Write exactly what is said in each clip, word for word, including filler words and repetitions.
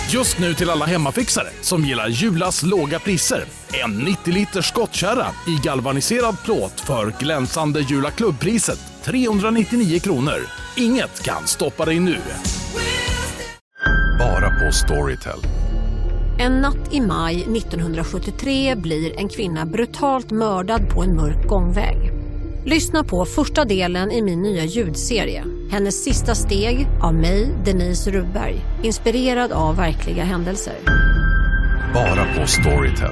Just nu till alla hemmafixare som gillar Julas låga priser. En nittio liters skottkärra i galvaniserad plåt för glänsande Jula klubbpriset trehundranittionio kronor. Inget kan stoppa dig nu. Bara på Storytel. En natt i maj nittonhundrasjuttiotre blir en kvinna brutalt mördad på en mörk gångväg. Lyssna på första delen i min nya ljudserie. Hennes sista steg av mig, Denise Rubberg. Inspirerad av verkliga händelser. Bara på Storytel.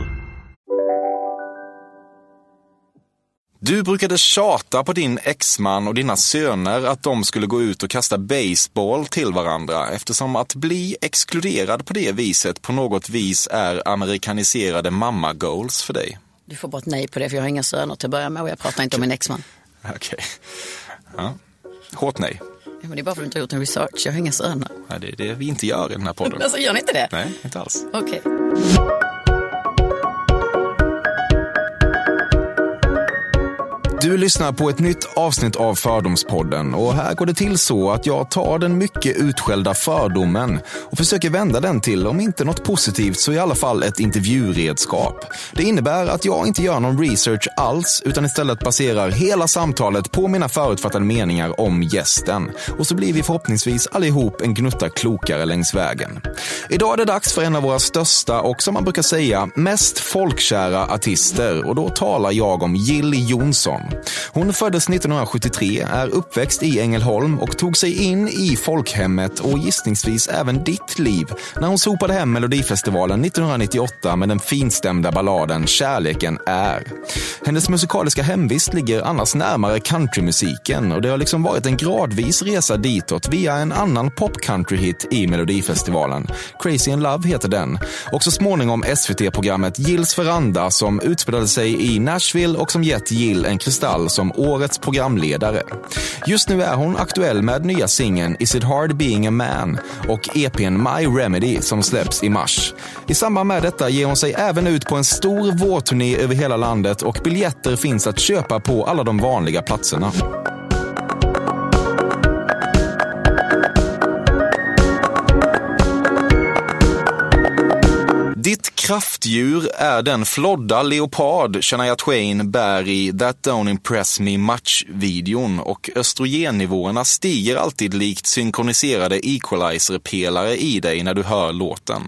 Du brukade tjata på din exman och dina söner att de skulle gå ut och kasta baseball till varandra, eftersom att bli exkluderad på det viset på något vis är amerikaniserade mamma-goals för dig. Du får bara ett nej på det, för jag har inga söner till att börja med och jag pratar inte om min exman. Okej. Okay. Ja. Hårt nej. Ja, men det är bara för att du inte har gjort en research. Jag har inga söner. Nej, det är det vi inte gör i den här podden. Alltså, gör ni inte det? Nej, inte alls. Okej. Okay. Du lyssnar på ett nytt avsnitt av Fördomspodden, och här går det till så att jag tar den mycket utskällda fördomen och försöker vända den till, om inte något positivt så i alla fall ett intervjuredskap. Det innebär att jag inte gör någon research alls, utan istället baserar hela samtalet på mina förutfattade meningar om gästen. Och så blir vi förhoppningsvis allihop en gnutta klokare längs vägen. Idag är det dags för en av våra största och, som man brukar säga, mest folkkära artister, och då talar jag om Jill Johnson. Hon föddes nittonhundrasjuttiotre, är uppväxt i Ängelholm och tog sig in i folkhemmet och gissningsvis även ditt liv när hon sopade hem Melodifestivalen nittonhundranittioåtta med den finstämda balladen Kärleken är. Hennes musikaliska hemvist ligger annars närmare countrymusiken, och det har liksom varit en gradvis resa ditåt via en annan pop-country-hit i Melodifestivalen. Crazy in Love heter den. Och så småningom S V T-programmet Jills Veranda, som utspelade sig i Nashville och som gett Jill en kristall som årets programledare. Just nu är hon aktuell med nya singeln Is It Hard Being a Man och E P:n My Remedy som släpps i mars. I samband med detta ger hon sig även ut på en stor vårturné över hela landet, och biljetter finns att köpa på alla de vanliga platserna. Ditt kraftdjur är den flodda leopard Shania Twain bär i That Don't Impress Me Much-videon, och östrogennivåerna stiger alltid likt synkroniserade equalizer-pelare i dig när du hör låten.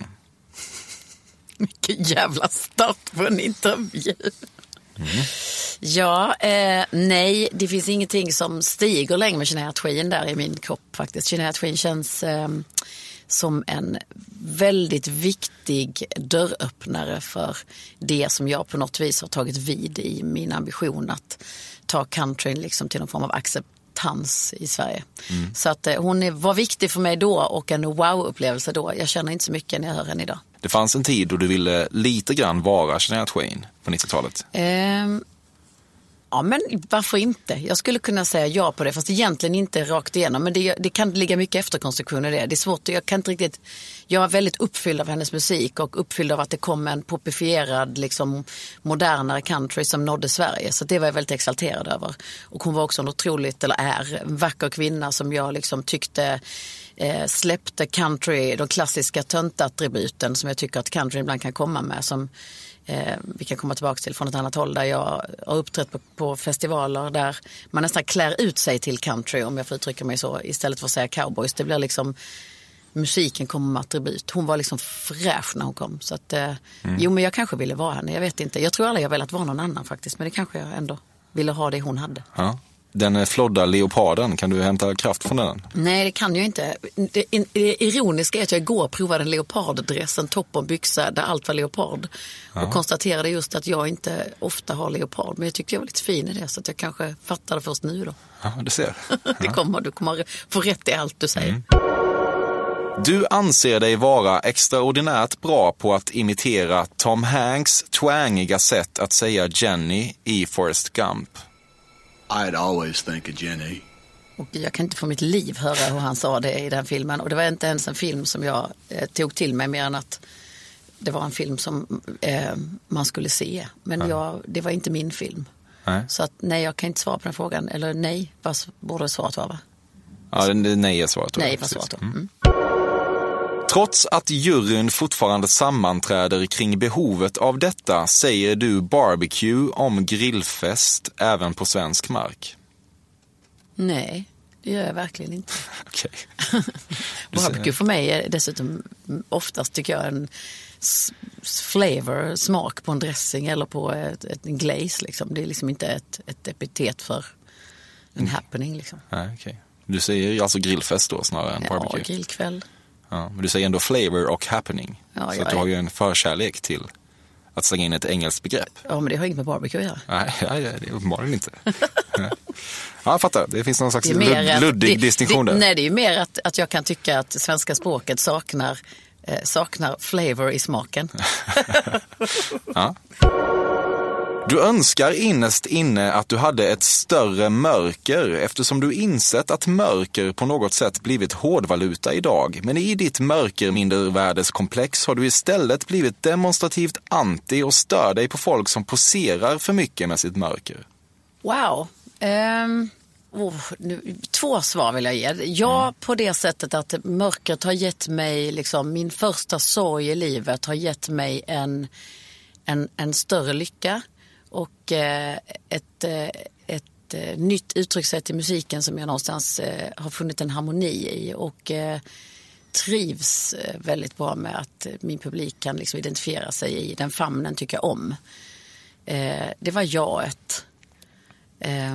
Vilken jävla start på en intervju. Mm. Ja, eh, nej, det finns ingenting som stiger längre med Shania Twain där i min kropp faktiskt. Shania Twain känns eh, som en väldigt viktig dörröppnare för det som jag på något vis har tagit vid i min ambition att ta countryn liksom till någon form av acceptans i Sverige. Mm. Så att eh, hon är, var viktig för mig då, och en wow-upplevelse då. Jag känner inte så mycket när jag hör henne idag. Det fanns en tid då du ville lite grann vara Shania Twain på nittiotalet. Ehm, ja, men varför inte? Jag skulle kunna säga ja på det, fast egentligen inte rakt igenom. Men det, det kan ligga mycket efterkonstruktion i det. Det är svårt, jag kan inte riktigt... Jag är väldigt uppfylld av hennes musik och uppfylld av att det kom en popifierad, liksom modernare country som nådde Sverige. Så det var jag väldigt exalterad över. Och hon var också en otroligt, eller är, en vacker kvinna som jag liksom tyckte... Eh, släppte country, de klassiska töntattributen som jag tycker att country ibland kan komma med, som eh, vi kan komma tillbaka till från ett annat håll, där jag har uppträtt på, på festivaler där man nästan klär ut sig till country, om jag får uttrycka mig så, istället för att säga cowboys. Det blir liksom, musiken kommer med attribut. Hon var liksom fräsch när hon kom, så att eh, mm. jo, men jag kanske ville vara henne, jag vet inte. Jag tror alla jag velat vara någon annan faktiskt, men det kanske jag ändå ville ha det hon hade. Ja. Den flodda leoparden, kan du hämta kraft från den? Nej, det kan jag inte. Det, det ironiska är att jag igår provade en leoparddress, en topp och byxa där allt var leopard. Ja. Och konstaterade just att jag inte ofta har leopard. Men jag tyckte jag var lite fin i det, så att jag kanske fattade först nu då. Ja, du ser. det kommer, du kommer få rätt i allt du säger. Mm. Du anser dig vara extraordinärt bra på att imitera Tom Hanks twangiga sätt att säga Jenny i Forrest Gump. I'd always think of Jenny. Och jag kan inte för mitt liv höra hur han sa det i den filmen. Och det var inte ens en film som jag eh, tog till mig, mer än att det var en film som eh, man skulle se. Men mm. jag, det var inte min film. Mm. Så att nej, jag kan inte svara på den frågan. Eller nej, vad borde svaret vara, va? Ja, nej är svaret. Nej, vad svaret. Mm. Trots att juryn fortfarande sammanträder kring behovet av detta säger du barbecue om grillfest även på svensk mark. Nej, det gör jag verkligen inte. Okej. Barbecue för mig är dessutom oftast, tycker jag, en s- flavor, smak på en dressing eller på ett, ett, en glaze. Liksom. Det är liksom inte ett, ett epitet för en mm. happening. Liksom. Nej, okej. Du säger alltså grillfest då snarare än ja, barbecue? Ja, grillkväll. Ja, men du säger ändå flavor och happening. Ja, så att du har ju en förkärlek till att slänga in ett engelskt begrepp. Ja, men det har inget med barbecue att göra. Nej, nej det är uppenbarligen inte. Ja, jag fattar. Det finns någon slags ludd, luddig det, distinktion det, där. Nej, det är ju mer att, att jag kan tycka att svenska språket saknar, eh, saknar flavor i smaken. Ja. Du önskar innerst inne att du hade ett större mörker eftersom du insett att mörker på något sätt blivit hårdvaluta idag. Men i ditt mörkermindervärdeskomplex har du istället blivit demonstrativt anti och stör dig på folk som poserar för mycket med sitt mörker. Wow. Um, oh, nu, två svar vill jag ge. Ja, mm. på det sättet att mörkret har gett mig, liksom, min första sorg i livet har gett mig en, en, en större lycka. Och eh, ett, eh, ett eh, nytt uttryckssätt i musiken som jag någonstans eh, har funnit en harmoni i och eh, trivs eh, väldigt bra med att min publik kan liksom identifiera sig i. Den famnen tycker jag om. Eh, det var jaet. Eh,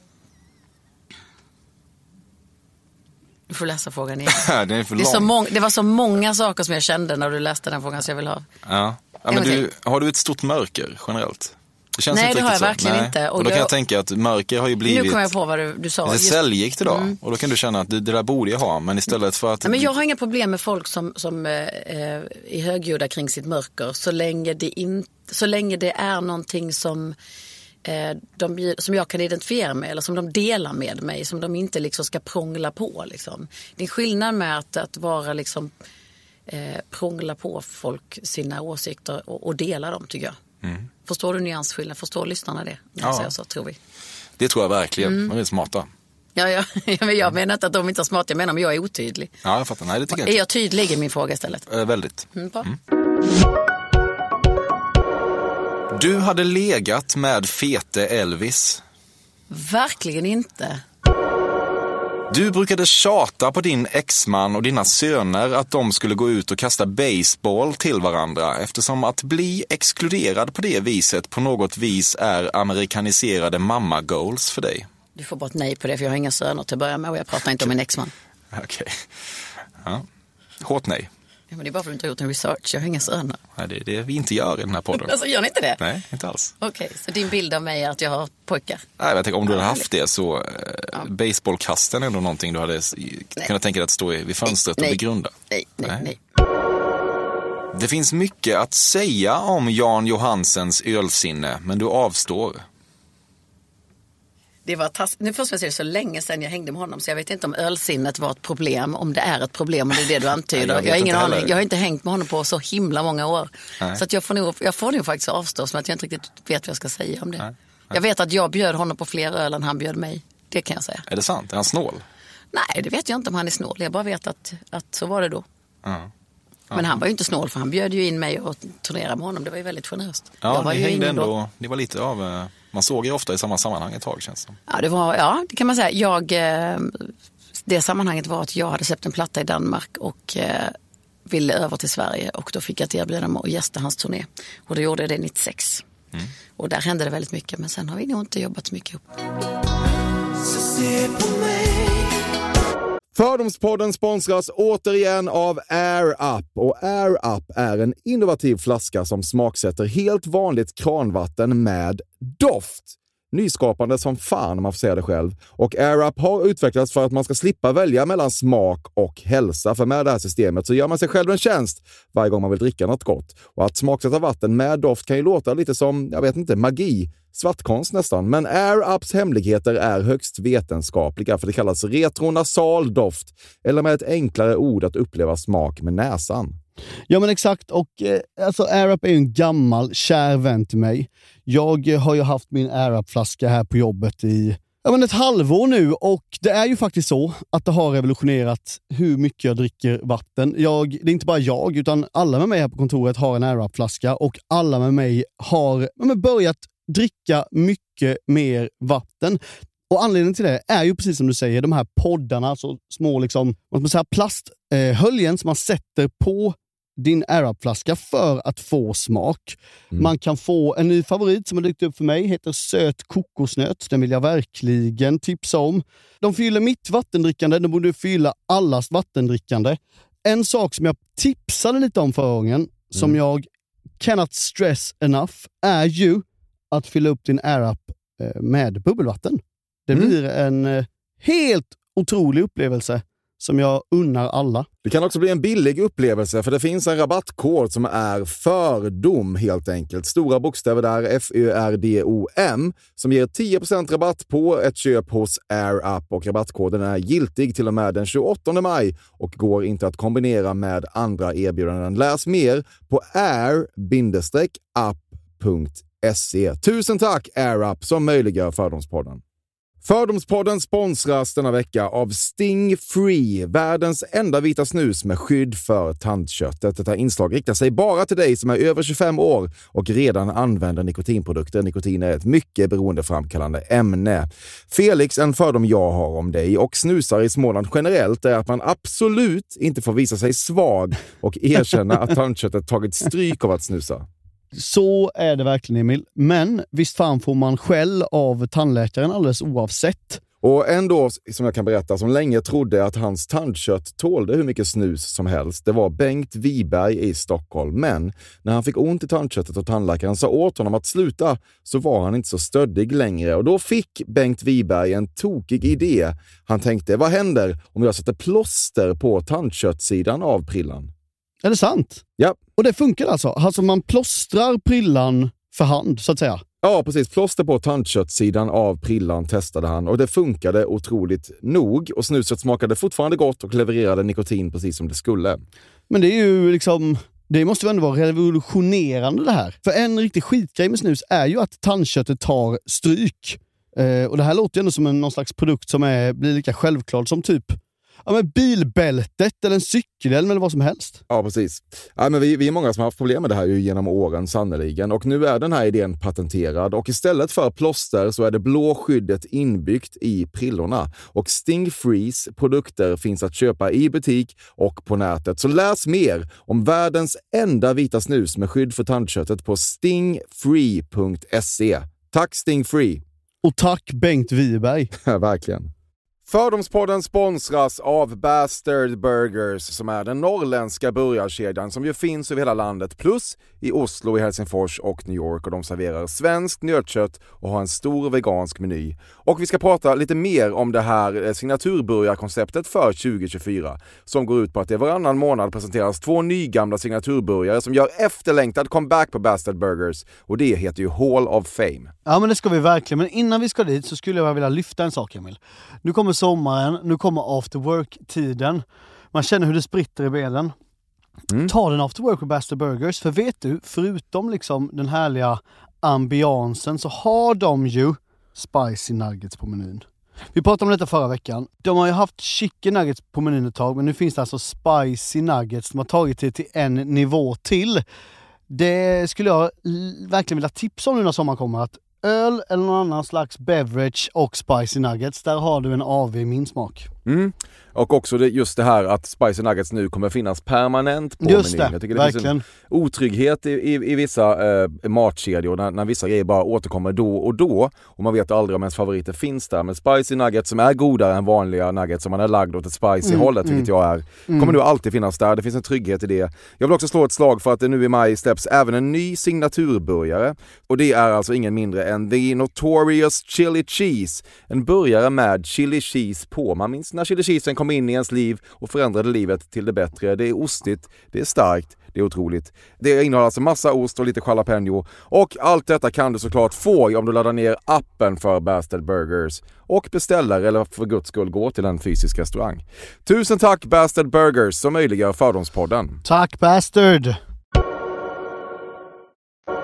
du får läsa frågan igen. det, är för det, är så mång- det var så många saker som jag kände när du läste den frågan så jag vill ha. Ja, ja men du, har du ett stort mörker generellt? Det känns Nej, inte det har jag så. verkligen Nej. inte. Och, och då kan jag tänka att mörker har ju blivit... Nu kommer jag på vad du, du sa. Det är säljigt idag. Mm. Och då kan du känna att det, det där borde jag ha. Men istället för att... Nej, men jag har inga problem med folk som, som eh, är högljudda kring sitt mörker. Så länge det, in, så länge det är någonting som, eh, de, som jag kan identifiera med. Eller som de delar med mig. Som de inte liksom ska prångla på. Liksom. Det är skillnad med att, att vara liksom... Eh, prångla på folk sina åsikter och, och dela dem, tycker jag. Mm. Förstår du nyansskillnad? Förstår lyssnarna det? När jag säger så, tror vi. Det tror jag verkligen. Mm. De är smarta. Ja, ja. Men jag menar inte att de inte är smarta. Jag menar om jag är otydlig. Ja, jag fattar. Nej, det tycker jag inte. Är jag tydlig i min fråga istället? Äh, väldigt. Mm, mm. Du hade legat med fete Elvis. Verkligen inte. Du brukade tjata på din exman och dina söner att de skulle gå ut och kasta baseball till varandra eftersom att bli exkluderad på det viset på något vis är amerikaniserade mamma-goals för dig. Du får bara ett nej på det för jag har inga söner till att börja med och jag pratar inte om min exman. Okej. Okay. Ja. Hårt nej. Ja, men det är bara för att du inte har gjort en research. Jag har inga söner. Nej, det är det vi inte gör i den här podden. Alltså, gör ni inte det? Nej, inte alls. Okej, okay, så din bild av mig är att jag har pojkar? Nej, jag tänker om du hade haft det så äh, ja. Baseballkasten är ändå någonting du hade nej. kunnat tänka dig att stå vid fönstret nej. och begrunda. Nej, nej, nej, nej. Det finns mycket att säga om Jan Johansens ölsinne, men du avstår. Det var tass- nu först det så länge sedan jag hängde med honom så jag vet inte om ölsinnet var ett problem, om det är ett problem och det är det du antyder. jag, jag har ingen aning. Jag har inte hängt med honom på så himla många år. Nej. Så att jag, får nog, jag får nog faktiskt avstå som att jag inte riktigt vet vad jag ska säga om det. Nej. Nej. Jag vet att jag bjöd honom på fler öl än han bjöd mig. Det kan jag säga. Är det sant? Är han snål? Nej, det vet jag inte om han är snål. Jag bara vet att, att så var det då. Uh-huh. Men han var ju inte snål för han bjöd ju in mig och turnerade med honom. Det var ju väldigt generöst. Ja, jag var ni ju hängde ändå, då. det var lite av, man såg ju ofta i samma sammanhang ett tag känns det. Ja, det var, ja, det kan man säga. Jag, det sammanhanget var att jag hade släppt en platta i Danmark och ville över till Sverige och då fick jag ett erbjudande att gästa hans turné. Och då gjorde jag det nittiosex. Mm. Och där hände det väldigt mycket, men sen har vi nog inte jobbat så mycket ihop. Så se på mig. Fördomspodden sponsras återigen av Air Up. Och Air Up är en innovativ flaska som smaksätter helt vanligt kranvatten med doft. Nyskapande som fan om man får säga det själv. Och Air Up har utvecklats för att man ska slippa välja mellan smak och hälsa. För med det här systemet så gör man sig själv en tjänst varje gång man vill dricka något gott. Och att smaksätta vatten med doft kan ju låta lite som, jag vet inte, magi. Svartkonst nästan. Men Air Ups hemligheter är högst vetenskapliga för det kallas retronasal doft. Eller med ett enklare ord att uppleva smak med näsan. Ja men exakt, och eh, alltså Air Up är ju en gammal kär vän till mig. Jag eh, har ju haft min Air Up-flaska här på jobbet i Ja, men ett halvår nu, och det är ju faktiskt så att det har revolutionerat hur mycket jag dricker vatten. Jag, det är inte bara jag, utan alla med mig här på kontoret har en Air Up-flaska, och alla med mig har ja, börjat dricka mycket mer vatten. Och anledningen till det är ju precis som du säger, de här poddarna, alltså små liksom, vad man säger, plasthöljen som man sätter på din Air Up-flaska för att få smak. Mm. Man kan få en ny favorit som har dykt upp för mig, heter söt kokosnöt. Den vill jag verkligen tipsa om. De fyller mitt vattendrickande, de borde fylla allas vattendrickande. En sak som jag tipsade lite om förra gången, mm. som jag cannot stress enough, är ju att fylla upp din Air Up med bubbelvatten. Det mm. blir en helt otrolig upplevelse som jag unnar alla. Det kan också bli en billig upplevelse, för det finns en rabattkod som är fördom helt enkelt. Stora bokstäver där, F Ö R D O M, som ger tio procent rabatt på ett köp hos Air Up, och rabattkoden är giltig till och med den tjugoåttonde maj och går inte att kombinera med andra erbjudanden. Läs mer på air up punkt se. Tusen tack Air Up som möjliggör Fördomspodden. Fördomspodden sponsras denna vecka av Sting Free, världens enda vita snus med skydd för tandköttet. Detta inslag riktar sig bara till dig som är över tjugofem år och redan använder nikotinprodukter. Nikotin är ett mycket beroendeframkallande ämne. Felix, en fördom jag har om dig och snusar i Småland generellt är att man absolut inte får visa sig svag och erkänna att tandköttet tagit stryk av att snusa. Så är det verkligen, Emil. Men visst fan får man skäll av tandläkaren alldeles oavsett. Och ändå, som jag kan berätta, som länge trodde att hans tandkött tålde hur mycket snus som helst. Det var Bengt Wiberg i Stockholm. Men när han fick ont i tandköttet och tandläkaren sa åt honom att sluta, så var han inte så stöddig längre. Och då fick Bengt Wiberg en tokig idé. Han tänkte, vad händer om jag sätter plåster på tandköttsidan av prillan? Är det sant? Ja. Och det funkar alltså? Alltså man plåstrar prillan för hand, så att säga? Ja, precis. Plåster på tandköttsidan av prillan testade han. Och det funkade otroligt nog. Och snuset smakade fortfarande gott och levererade nikotin precis som det skulle. Men det är ju liksom... Det måste ju ändå vara revolutionerande det här. För en riktig skitgrej med snus är ju att tandköttet tar stryk. Eh, och det här låter ju ändå som en, någon slags produkt som är, blir lika självklart som typ... Ja, men bilbältet eller en cykelhjälm eller vad som helst. Ja, precis. Ja, men vi, vi är många som har haft problem med det här ju genom åren sannoliken. Och nu är den här idén patenterad. Och istället för plåster så är det blå skyddet inbyggt i prillorna. Och Sting Frees produkter finns att köpa i butik och på nätet. Så läs mer om världens enda vita snus med skydd för tandköttet på sting free punkt se. Tack Sting Free! Och tack Bengt Wiberg! Ja, verkligen. Fördomspodden sponsras av Bastard Burgers som är den norrländska burgarkedjan som ju finns över hela landet plus i Oslo, i Helsingfors och New York, och de serverar svenskt nötkött och har en stor vegansk meny. Och vi ska prata lite mer om det här signaturburgarkonceptet för tjugo tjugofyra som går ut på att det varannan månad presenteras två nygamla signaturburgare som gör efterlängtad comeback på Bastard Burgers, och det heter ju Hall of Fame. Ja, men det ska vi verkligen, men innan vi ska dit så skulle jag vilja lyfta en sak, Emil. Nu kommer sommaren, nu kommer after work-tiden. Man känner hur det spritter i benen. Mm. Ta den after work på Bastard Burgers, för vet du, förutom liksom den härliga ambiansen så har de ju spicy nuggets på menyn. Vi pratade om detta förra veckan. De har ju haft chicken nuggets på menyn ett tag, men nu finns det alltså spicy nuggets. De har tagit det till en nivå till. Det skulle jag verkligen vilja tipsa om nu när sommaren kommer, att öl eller någon annan slags beverage och spicy nuggets, där har du en A V i min smak. Mm. Och också det, just det här att spicy nuggets nu kommer finnas permanent på just menyn. Det, Jag tycker det verkligen. finns en otrygghet i, i, i vissa eh, matkedjor när, när vissa grejer bara återkommer då och då och man vet aldrig om ens favoriter finns där. Men spicy nuggets som är godare än vanliga nuggets som man är lagd åt ett spicy mm, hållet, vilket mm. jag är, kommer mm. nu alltid finnas där. Det finns en trygghet i det. Jag vill också slå ett slag för att det nu i maj släpps även en ny signaturburgare, och det är alltså ingen mindre än The Notorious Chili Cheese. En burgare med chili cheese på. Man minns när chili cheesen kom in i ens liv och förändrade livet till det bättre. Det är ostigt, det är starkt, det är otroligt. Det innehåller alltså massa ost och lite jalapeno. Och allt detta kan du såklart få om du laddar ner appen för Bastard Burgers och beställer, eller för guds skull gå till en fysisk restaurang. Tusen tack Bastard Burgers som möjliggör Fördomspodden. Tack Bastard!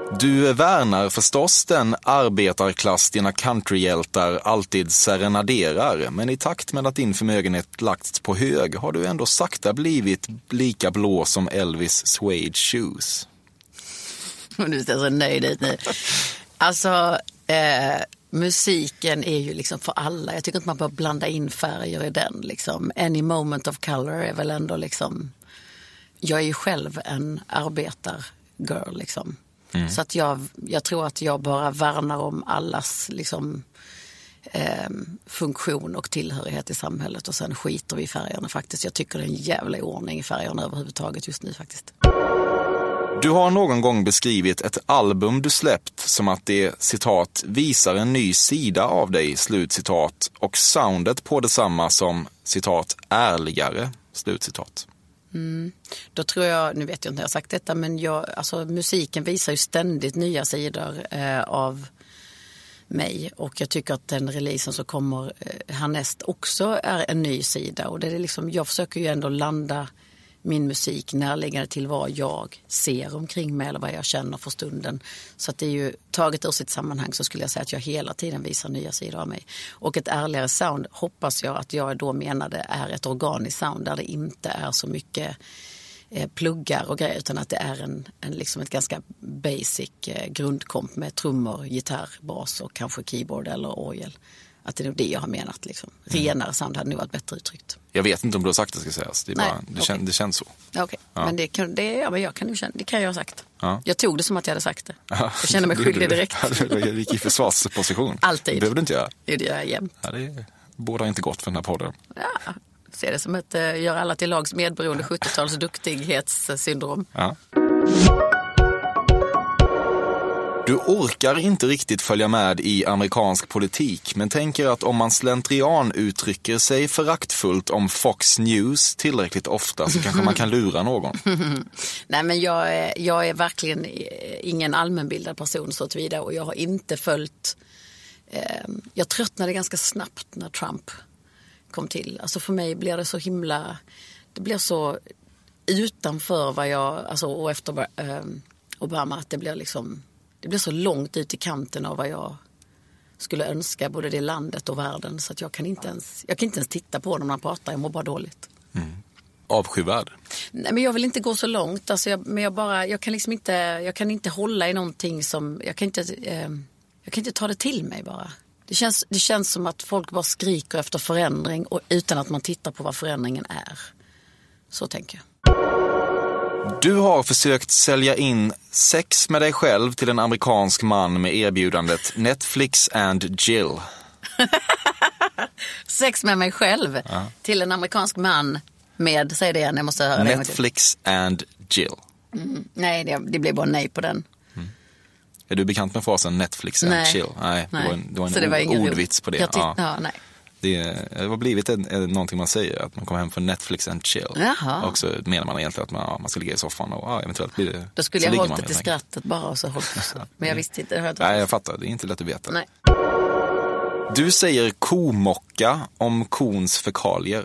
Du värnar förstås den arbetarklass dina countryhjältar alltid serenaderar, men i takt med att din förmögenhet lagts på hög har du ändå sakta blivit lika blå som Elvis Suede Shoes. Du ser så nöjd ut nu. Alltså, eh, musiken är ju liksom för alla. Jag tycker inte man bör blanda in färger i den. Liksom. Any moment of color är väl ändå liksom... Jag är ju själv en arbetargirl liksom. Mm. Så att jag, jag tror att jag bara värnar om allas liksom, eh, funktion och tillhörighet i samhället. Och sen skiter vi i färgerna faktiskt. Jag tycker det är en jävla ordning i färgerna överhuvudtaget just nu faktiskt. Du har någon gång beskrivit ett album du släppt som att det, citat, visar en ny sida av dig, slutcitat, och soundet på detsamma som, citat, ärligare, slutcitat. Mm. Då tror jag, nu vet jag inte när jag har sagt detta, men jag, alltså, musiken visar ju ständigt nya sidor eh, av mig, och jag tycker att den releasen som kommer eh, härnäst också är en ny sida, och det är liksom, jag försöker ju ändå landa min musik närliggande till vad jag ser omkring mig eller vad jag känner för stunden. Så att det är ju taget ur sitt sammanhang, så skulle jag säga att jag hela tiden visar nya sidor av mig. Och ett ärligare sound hoppas jag att jag då menade är ett organiskt sound där det inte är så mycket eh, pluggar och grejer, utan att det är en, en liksom ett ganska basic eh, grundkomp med trummor, gitarr, bas och kanske keyboard eller orgel. Att det är nog det jag har menat. Liksom. Renare sound hade nog varit bättre uttryckt. Jag vet inte om du har sagt det, ska sägas. Det, är Nej, bara, det, okay. kän, det känns så. Okej, okay. ja. Men, det kan, det, ja, men jag kan ju känna, det kan jag ha sagt. Ja. Jag tog det som att jag hade sagt det. Ja. Jag känner mig skyldig direkt. Jag gick i försvarsposition. Alltid. Det behöver du inte göra. Det gör jag jämt. Ja, det bådar inte gott för den här podden. Ja, ser det som ett uh, gör alla till lags medberoende sjuttio-tals duktighetssyndrom. Ja. Du orkar inte riktigt följa med i amerikansk politik, men tänker att om man slentrian uttrycker sig föraktfullt om Fox News tillräckligt ofta så kanske man kan lura någon. Nej, men jag är, jag är verkligen ingen allmänbildad person så tillvida, och jag har inte följt... Eh, jag tröttnade ganska snabbt när Trump kom till. Alltså för mig blir det så himla... Det blir så utanför vad jag... Alltså, och efter eh, Obama, att det blir liksom... Det blir så långt ut i kanten av vad jag skulle önska, både det landet och världen, så att jag kan inte ens, jag kan inte ens titta på dem när man pratar, jag mår bara dåligt. Mm. Avskyvärd? Nej, men jag vill inte gå så långt, alltså jag, men jag bara, jag kan liksom inte, jag kan inte hålla i någonting som, jag kan inte, eh, jag kan inte ta det till mig bara. Det känns, det känns som att folk bara skriker efter förändring, och utan att man tittar på vad förändringen är. Så tänker jag. Du har försökt sälja in sex med dig själv till en amerikansk man med erbjudandet Netflix and Jill. Sex med mig själv ja. Till en amerikansk man med, säg det igen, jag måste höra det. Netflix and Jill. Mm, nej, det, det blir bara nej på den. Mm. Är du bekant med frasen Netflix and nej. Chill? Nej, nej. det var en, det var en Så det var ord, ordvits på det. Jag titt- ja. Ja, nej. Det, det har blivit en, en, någonting man säger, att man kommer hem för Netflix and chill. Jaha. Och så menar man egentligen att man, ja, man ska ligga i soffan och ja, eventuellt blir det. Då skulle jag ha hållit det till skrattet bara och så hållit så. Men jag visste inte. Jag Nej, jag fattar. Det är inte lätt att veta. Nej. Du säger komocka om kons fekalier.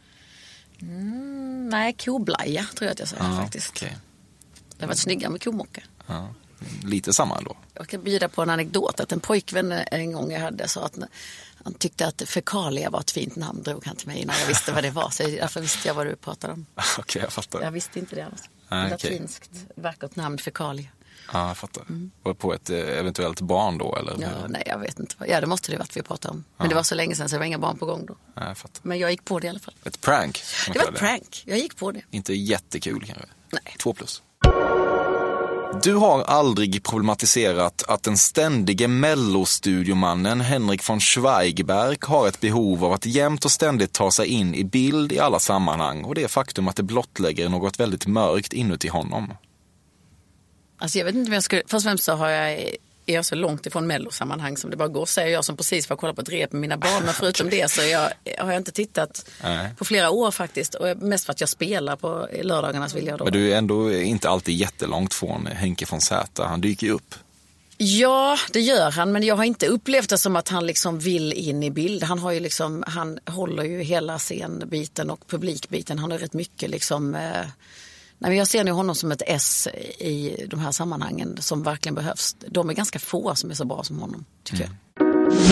Mm, nej, koblaja tror jag att jag säger ja, faktiskt. Okay. Det har varit snyggare med komocka. Ja. Lite samma ändå. Jag kan bjuda på en anekdot att en pojkvän en gång jag hade sa att han tyckte att fekalia var ett fint namn, drog han till mig innan jag visste vad det var. Så därför visste jag vad du pratade om. Okej, okay, jag fattar. Jag visste inte det annars. Ah, latinskt okay. Vackert namn, fekalia. Ja, jag fattar. Mm. Och på ett eventuellt barn då? Eller? Ja, nej, jag vet inte. Ja, det måste det varit vi pratade om. Men ah. det var så länge sedan så det var inga barn på gång då. Ja, jag fattar. Men jag gick på det i alla fall. Ett prank? Det var ett prank. Jag gick på det. Inte jättekul kanske? Nej. Två plus. Du har aldrig problematiserat att den ständige mellostudiomannen Henrik von Zweigbergk har ett behov av att jämt och ständigt ta sig in i bild i alla sammanhang, och det faktum att det blottlägger något väldigt mörkt inuti honom. Alltså jag vet inte om jag skulle... Först och främst så har jag, är jag så långt ifrån mellosammanhang som det bara går, säger jag som precis får kolla på ett rep med mina barn. Men förutom det så jag, har jag inte tittat Nej. på flera år faktiskt. Och mest för att jag spelar på lördagarnas vill jag då. Men du är ändå inte alltid jättelångt från Henke von Zäta. Han dyker ju upp. Ja, det gör han. Men jag har inte upplevt det som att han liksom vill in i bild. Han har ju liksom, han håller ju hela scenbiten och publikbiten. Han har rätt mycket liksom... Eh, Nej, men jag ser nu honom som ett S i de här sammanhangen som verkligen behövs. De är ganska få som är så bra som honom, tycker mm. jag.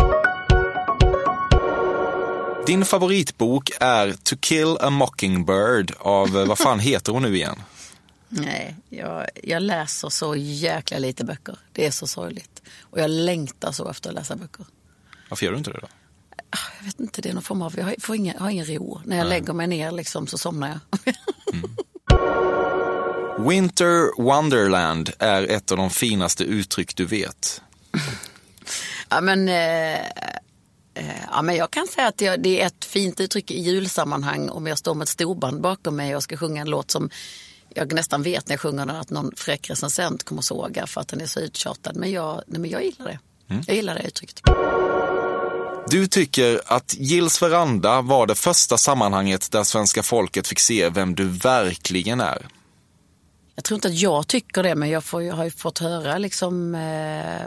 Din favoritbok är To Kill a Mockingbird av, vad fan heter hon nu igen? Nej, jag, jag läser så jäkla lite böcker. Det är så sorgligt. Och jag längtar så efter att läsa böcker. Varför gör du inte det då? Jag vet inte, det är någon form av, jag har, får ingen, jag har ingen ro. När jag Nej. lägger mig ner liksom, så somnar jag. mm. Winter Wonderland är ett av de finaste uttryck du vet. ja, men, eh, eh, ja, men jag kan säga att jag, det är ett fint uttryck i julsammanhang om jag står med ett storband bakom mig och ska sjunga en låt som jag nästan vet när jag sjunger den att någon fräck recensent kommer såga för att den är så uttjatad. Men jag, nej, men jag gillar det. Mm. Jag gillar det uttrycket. Du tycker att Gills veranda var det första sammanhanget där svenska folket fick se vem du verkligen är. Jag tror inte att jag tycker det, men jag, får, jag har ju fått höra liksom, eh,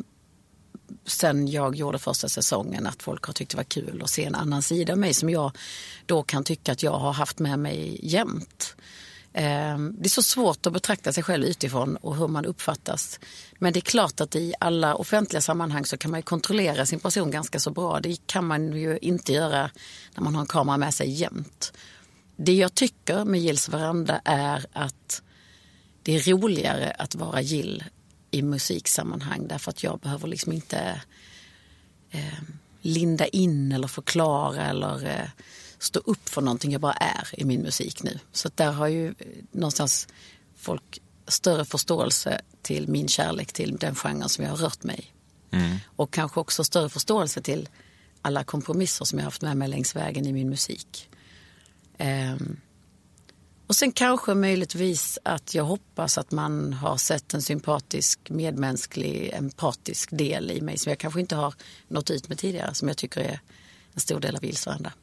sen jag gjorde första säsongen att folk har tyckt det var kul att se en annan sida av mig som jag då kan tycka att jag har haft med mig jämt. Eh, det är så svårt att betrakta sig själv utifrån och hur man uppfattas. Men det är klart att i alla offentliga sammanhang så kan man ju kontrollera sin person ganska så bra. Det kan man ju inte göra när man har en kamera med sig jämt. Det jag tycker med Gills veranda är att det är roligare att vara Gill i musiksammanhang därför att jag behöver liksom inte eh, linda in eller förklara eller eh, stå upp för någonting jag bara är i min musik nu. Så att där har ju någonstans folk större förståelse till min kärlek till den genren som jag har rört mig. Mm. Och kanske också större förståelse till alla kompromisser som jag har haft med mig längs vägen i min musik. Um, och sen kanske möjligtvis att jag hoppas att man har sett en sympatisk, medmänsklig, empatisk del i mig som jag kanske inte har nått ut med tidigare, som jag tycker är en stor del av Gills veranda.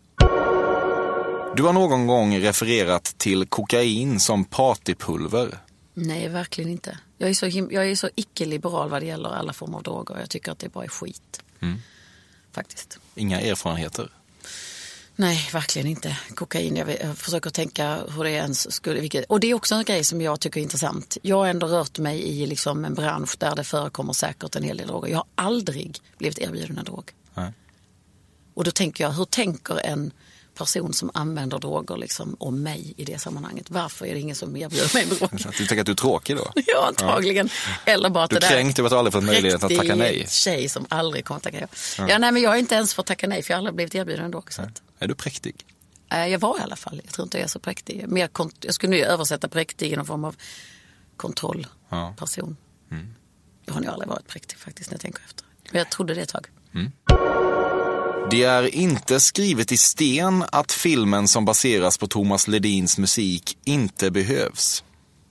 Du har någon gång refererat till kokain som partypulver. Nej, verkligen inte. Jag är så, him- jag är så icke-liberal vad det gäller alla former av droger. Jag tycker att det bara är skit. Mm. Faktiskt. Inga erfarenheter? Nej, verkligen inte. Kokain, jag, jag försöker tänka hur det ens skulle... Vilket, och det är också en grej som jag tycker är intressant. Jag har ändå rört mig i liksom en bransch där det förekommer säkert en hel del droger. Jag har aldrig blivit erbjuden en drog. Nej. Och då tänker jag, hur tänker en person som använder droger liksom om mig i det sammanhanget? Varför är det ingen som erbjuder mig droger? Du tänker att du är tråkig då? Ja, antagligen. Ja. Eller bara att du det där... Du kränkt över att du aldrig fått möjlighet att tacka nej. Tjej som aldrig kommer att tacka nej. Ja. Ja, nej, men jag har inte ens fått tacka nej för jag har aldrig blivit erbjuden en drog. Så att... Är du präktig? Jag var i alla fall. Jag tror inte jag är så präktig. Mer kont- jag skulle nu översätta präktig i någon form av kontrollperson. Ja. Mm. Jag har nog aldrig varit präktig faktiskt när jag tänker efter. Men jag trodde det ett tag. Mm. Det är inte skrivet i sten att filmen som baseras på Thomas Ledins musik inte behövs.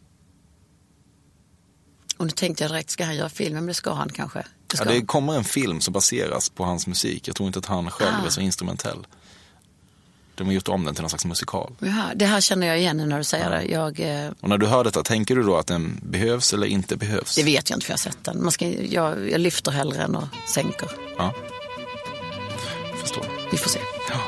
Och nu tänkte jag direkt, ska han göra filmen? Men det ska han kanske. Det, ska ja, det han. kommer en film som baseras på hans musik. Jag tror inte att han själv ah. är så instrumentell. De har gjort om den till någon slags musikal. Jaha, det här känner jag igen när du säger ja. det. Jag, eh... Och när du hör detta, tänker du då att den behövs eller inte behövs? Det vet jag inte för jag har sett den. Man ska, jag, jag lyfter hellre än och sänker. Ja. Förstår. Vi får se. Ja.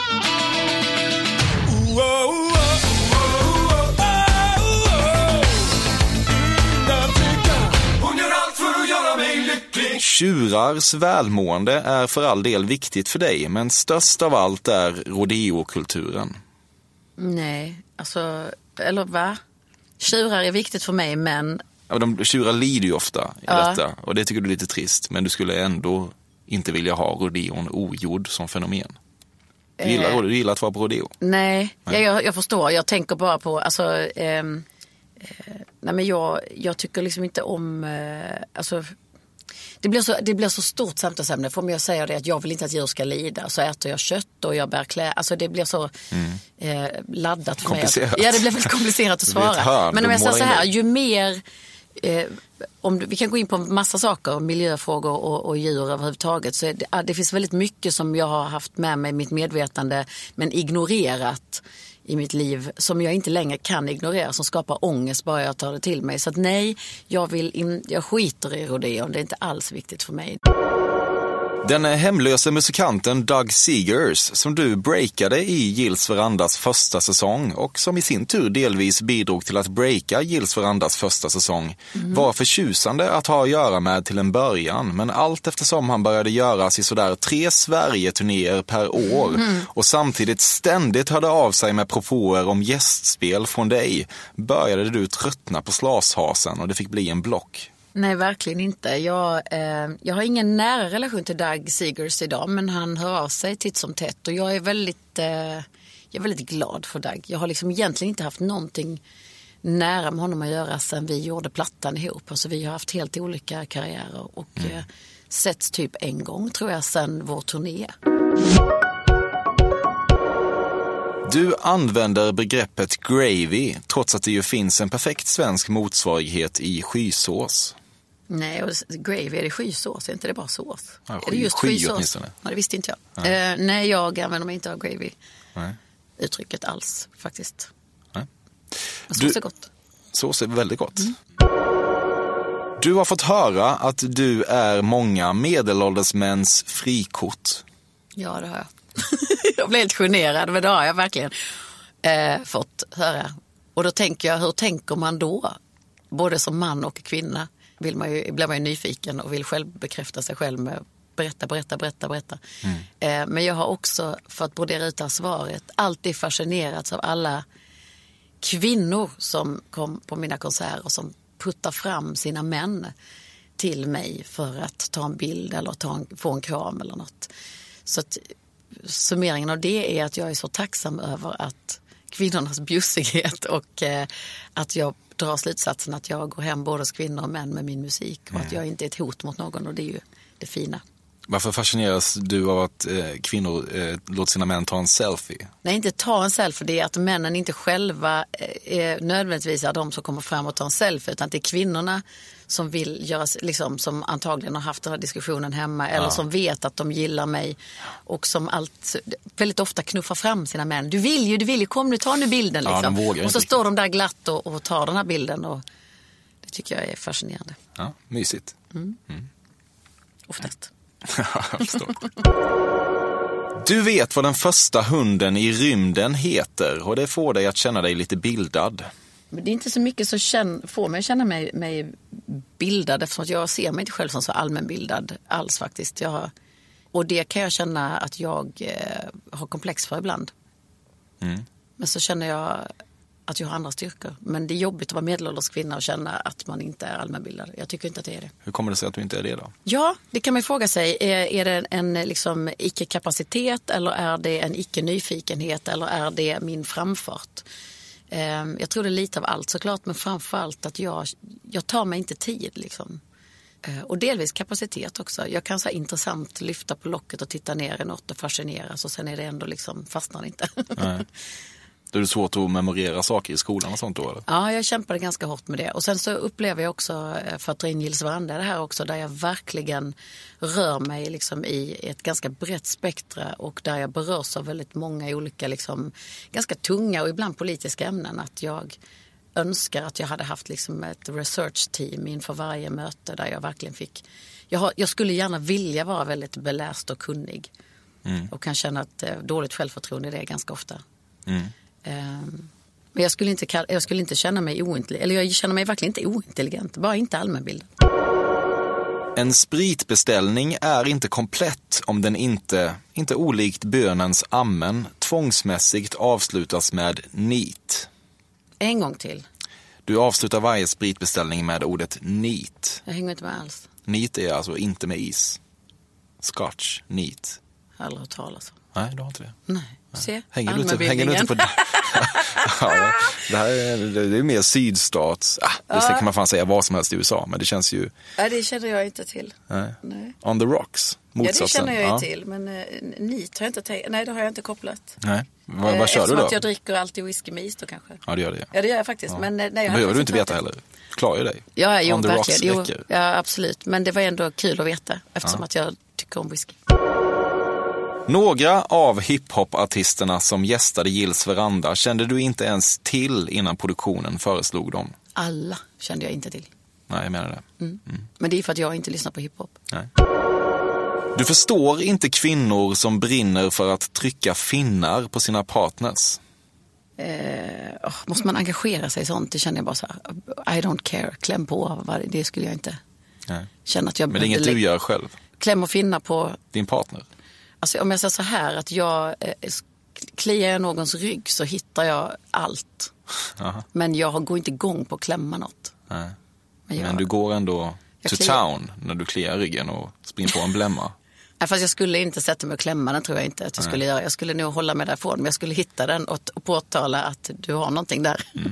Tjurars välmående är för all del viktigt för dig, men störst av allt är rodeokulturen. Nej, alltså, eller va? Tjurar är viktigt för mig, men... Ja, de tjurar lider ju ofta i ja. detta, och det tycker du är lite trist, men du skulle ändå inte vilja ha rodeon ogjord som fenomen. Du gillar, eh, du gillar att vara på rodeo? Nej, nej. Jag, jag förstår. Jag tänker bara på, alltså... Eh, eh, nej, men jag, jag tycker liksom inte om... Eh, alltså... Det blir, så, det blir så stort samtalsämne. För mig att säga det att jag vill inte att djur ska lida. Så äter jag kött och jag bär kläder. Alltså det blir så mm. eh, laddat för mig. Att, ja, det blir väldigt komplicerat att svara. Men om jag säger så här, ju mer... Eh, om, vi kan gå in på en massa saker, miljöfrågor och, och djur överhuvudtaget. Så det, det finns väldigt mycket som jag har haft med mig i mitt medvetande men ignorerat i mitt liv som jag inte längre kan ignorera, som skapar ångest bara jag tar det till mig. Så att nej, jag, vill in, jag skiter i rodeon, det är inte alls viktigt för mig. Den hemlösa musikanten Doug Seegers, som du breakade i Gills Verandas första säsong och som i sin tur delvis bidrog till att breaka Gills Verandas första säsong, mm. var förtjusande att ha att göra med till en början, men allt eftersom han började göra sig sådär tre Sverige-turnéer per år mm. och samtidigt ständigt hörde av sig med propåer om gästspel från dig, började du tröttna på slashasen och det fick bli en block. Nej, verkligen inte. Jag, eh, jag har ingen nära relation till Doug Seegers idag, men han hör av sig titt som tätt och jag är väldigt, eh, jag är väldigt glad för Doug. Jag har liksom egentligen inte haft någonting nära med honom att göra sedan vi gjorde plattan ihop. Alltså vi har haft helt olika karriärer och mm. eh, setts typ en gång tror jag sedan vår turné. Du använder begreppet gravy trots att det ju finns en perfekt svensk motsvarighet i skysås. Nej, och gravy, är det skysås? Är inte det bara sås? Ja, är det just sky, skysås? Åtminstone. Ja, det visste inte jag. Nej, uh, nej jag använder mig inte av gravy. Nej. Uttrycket alls, faktiskt. Nej. Men sås du, är gott. Sås är väldigt gott. Mm. Du har fått höra att du är många medelålders mäns frikort. Ja, det har jag. Jag blev helt generad, men det har jag verkligen eh, fått höra. Och då tänker jag, hur tänker man då? Både som man och kvinna vill man ju, blir man ju nyfiken och vill själv bekräfta sig själv med berätta, berätta, berätta, berätta. Mm. Eh, men jag har också, för att brodera ut det här svaret, alltid fascinerats av alla kvinnor som kom på mina konserter som puttar fram sina män till mig för att ta en bild eller ta en, få en kram eller något. Så att summeringen av det är att jag är så tacksam över att kvinnornas bjussighet och eh, att jag drar slutsatsen att jag går hem både hos kvinnor och män med min musik och mm. att jag inte är ett hot mot någon och det är ju det fina. Varför fascineras du av att eh, kvinnor eh, låter sina män ta en selfie? Nej, inte ta en selfie, det är att männen inte själva eh, nödvändigtvis är de som kommer fram och tar en selfie, utan det är kvinnorna som vill göra, liksom, som antagligen har haft den här diskussionen hemma eller ja. som vet att de gillar mig och som allt, väldigt ofta knuffar fram sina män. Du vill ju, du vill ju, kom nu, ta nu bilden. Liksom. Ja, de vågar och så inte står de där glatt och, och tar den här bilden och det tycker jag är fascinerande. Ja, mysigt. Mm. Mm. Oftast. Jag förstår. Du vet vad den första hunden i rymden heter och det får dig att känna dig lite bildad. Men det är inte så mycket som känn, får mig att känna mig, mig bildad eftersom att jag ser mig inte själv som så allmänbildad alls faktiskt. Jag, och det kan jag känna att jag eh, har komplex för ibland. Mm. Men så känner jag att jag har andra styrkor. Men det är jobbigt att vara medelålders kvinna och känna att man inte är allmänbildad. Jag tycker inte att det är det. Hur kommer det sig att du inte är det då? Ja, det kan man fråga sig. Är, är det en liksom, icke-kapacitet eller är det en icke-nyfikenhet eller är det min framfart? Eh, jag tror det är lite av allt såklart, men framförallt att jag, jag tar mig inte tid liksom. Eh, och delvis kapacitet också. Jag kan så här intressant lyfta på locket och titta ner i något och fascineras och sen är det ändå liksom, fastnar inte. Nej. Då är det svårt att memorera saker i skolan och sånt då, eller? Ja, jag kämpade ganska hårt med det. Och sen så upplever jag också, för att dra in Gills Veranda det här också, där jag verkligen rör mig liksom i ett ganska brett spektra och där jag berörs av väldigt många olika, liksom, ganska tunga och ibland politiska ämnen. Att jag önskar att jag hade haft liksom ett research team inför varje möte där jag verkligen fick... Jag, har, jag skulle gärna vilja vara väldigt beläst och kunnig. Mm. Och kan känna ett dåligt självförtroende i det ganska ofta. Mm. Men jag skulle inte, jag skulle inte känna mig ointelligent. Eller jag känner mig verkligen inte ointelligent. Bara inte allmänbildad. En spritbeställning är inte komplett om den inte, inte olikt bönens amen, tvångsmässigt avslutas med neat. En gång till. Du avslutar varje spritbeställning med ordet neat. Jag hänger inte med alls. Neat är alltså inte med is. Scotch, neat. Jag har aldrig hört talas om. Nej, du har inte det. Nej, se. Hänger du inte, hänger du inte på det? Ja, det här är, det är mer sydstats. Ah, det ja. Kan man fan säga vad som helst i U S A, men det känns ju... Ja, det känner jag inte till. Nej. Nej. On the rocks, motsatsen. Ja, det känner jag ju ja. till, men uh, nit har jag inte tänkt. Nej, det har jag inte kopplat. Nej, vad, vad uh, kör du då? Att jag dricker alltid whisky med is då kanske. Ja, det gör det. Ja, det gör jag faktiskt. Ja. Men, nej, jag behöver du inte veta heller. Klarar ju dig. Ja, jo, On the verkligen. rocks Jo, ja, absolut. Men det var ändå kul att veta, eftersom ja. att jag tycker om whisky. Några av hiphop-artisterna som gästade Gills Veranda kände du inte ens till innan produktionen föreslog dem? Alla kände jag inte till. Nej, jag menar det. Mm. Mm. Men det är för att jag inte lyssnar på hiphop. Nej. Du förstår inte kvinnor som brinner för att trycka finnar på sina partners. Eh, måste man engagera sig i sånt? Det känner jag bara så här. I don't care. Kläm på. Det skulle jag inte Nej. känna att jag... Men det är inget du gör själv? Kläm och finna på... Din partner? Alltså om jag säger så här att jag... Eh, kliar jag någons rygg så hittar jag allt. Aha. Men jag går inte igång på att klämma något. Nej. Men, jag, Men du går ändå to town när du kliar ryggen och springer på en blämma. Nej, fast jag skulle inte sätta mig och klämma den, tror jag inte att jag skulle göra. Jag skulle nog hålla mig därifrån, men jag skulle hitta den och, och påtala att du har någonting där. Mm.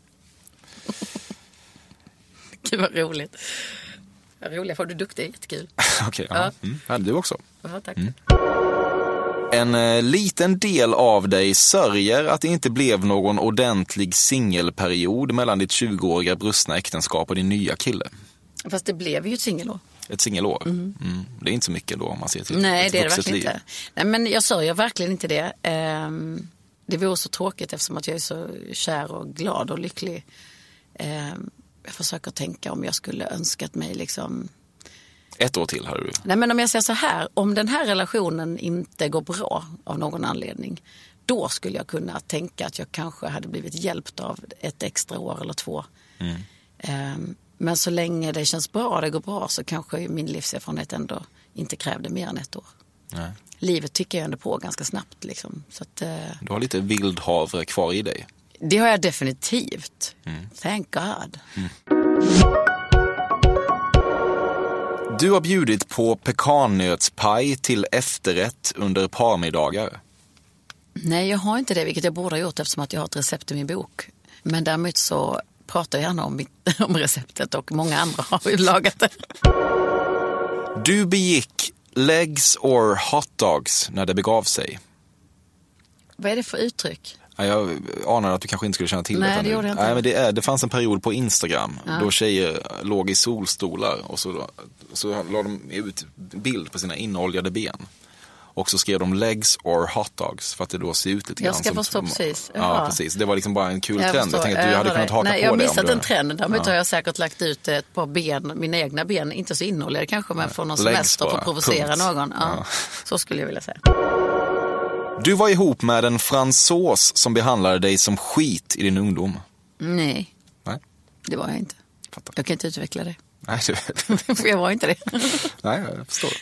Gud vad roligt. Vad roligt, får du duktig, jättekul. Okej, okay, ja. mm. ja, du också. Ja, tack. Mm. En eh, liten del av dig sörjer att det inte blev någon ordentlig singelperiod mellan ditt tjugoåriga brustna äktenskap och din nya kille. Fast det blev ju ett singelår. Ett singelår? Mm. Mm. Det är inte så mycket då om man ser till Nej, ett det är det verkligen liv. inte. Nej, men jag sörjer verkligen inte det. Um, det vore så tråkigt eftersom att jag är så kär och glad och lycklig. Um, jag försöker tänka om jag skulle önskat mig liksom... Ett år till har du. Nej, men om jag säger så här, om den här relationen inte går bra av någon anledning, då skulle jag kunna tänka att jag kanske hade blivit hjälpt av ett extra år eller två. Mm. Um, men så länge det känns bra, det går bra, så kanske min livserfarenhet ändå inte krävde mer än ett år. Nej. Livet tycker jag ändå på ganska snabbt. Liksom. Så att, uh, du har lite vildhavre kvar i dig. Det har jag definitivt. Mm. Thank God. Mm. Du har bjudit på pekannötspaj till efterrätt under parmiddagar. Nej, jag har inte det, vilket jag borde ha gjort eftersom att jag har ett recept i min bok. Men däremot så pratar jag gärna om, om receptet och många andra har ju lagat det. Du begick legs or hot dogs när det begav sig. Vad är det för uttryck? Jag anar att du kanske inte skulle känna till Nej, det. det gjorde jag inte. Nej, men det, är, det fanns en period på Instagram ja. Då tjejer låg i solstolar och så, så la de ut bild på sina inoljade ben. Och så skrev de legs or hot dogs för att det då ser ut lite jag grann ska som... förstå precis. Ja, ja, precis. Det var liksom bara en kul jag trend. Förstår. Jag tänkte att du jag hade kunnat haka Nej, på jag det. Jag missat du... en trend. Däremot ja. har jag säkert lagt ut ett par ben, mina egna ben. Inte så inoljade kanske, men för någon semester för att provocera Punkt. någon. Ja. Ja. Så skulle jag vilja säga. Du var ihop med en fransås som behandlade dig som skit i din ungdom. Nej, Nej. det var jag inte. Fattar. Jag kan inte utveckla det. Nej, du för jag var inte det. Nej, jag förstår.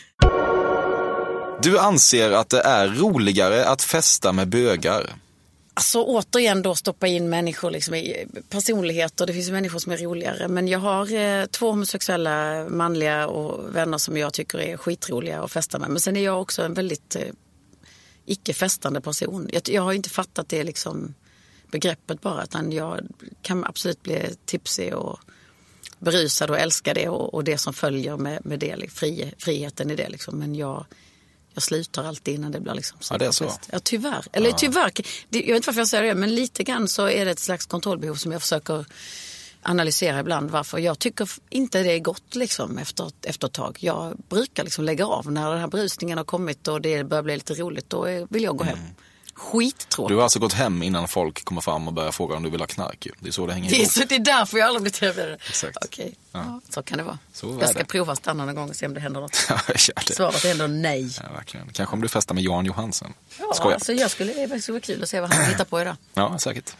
Du anser att det är roligare att festa med bögar. Alltså återigen då stoppa in människor liksom i personligheter. Det finns ju människor som är roligare. Men jag har eh, två homosexuella manliga och vänner som jag tycker är skitroliga att festa med. Men sen är jag också en väldigt eh, icke-festande person. Jag, jag har inte fattat det liksom begreppet bara. Utan jag kan absolut bli tipsig och berusad och älska det. Och, och det som följer med, med det, fri, friheten i det liksom. Men jag... Jag slutar alltid innan det blir liksom så. Ja, det är så. Ja, tyvärr. Eller ja. tyvärr. Det, jag vet inte varför jag säger det, men lite grann så är det ett slags kontrollbehov som jag försöker analysera ibland. Varför jag tycker inte det är gott liksom efter, efter ett tag. Jag brukar liksom lägga av när den här brusningen har kommit och det börjar bli lite roligt. Då vill jag gå hem. Mm. Skittråkigt. Du har alltså gått hem innan folk kommer fram och börjar fråga om du vill ha knark. Det är så det hänger det är ihop. Så det är därför jag aldrig blir trevligare. Exakt. Okej, ja. Ja, så kan det vara. Så jag ska det. prova stanna någon gång och se om det händer något. Ja, det. Svaret är ändå nej. Ja, verkligen. Kanske om du festar med Johan Johansson. Ja, Skoja. alltså jag skulle, det skulle vara kul att se vad han hittar på idag. Ja, säkert.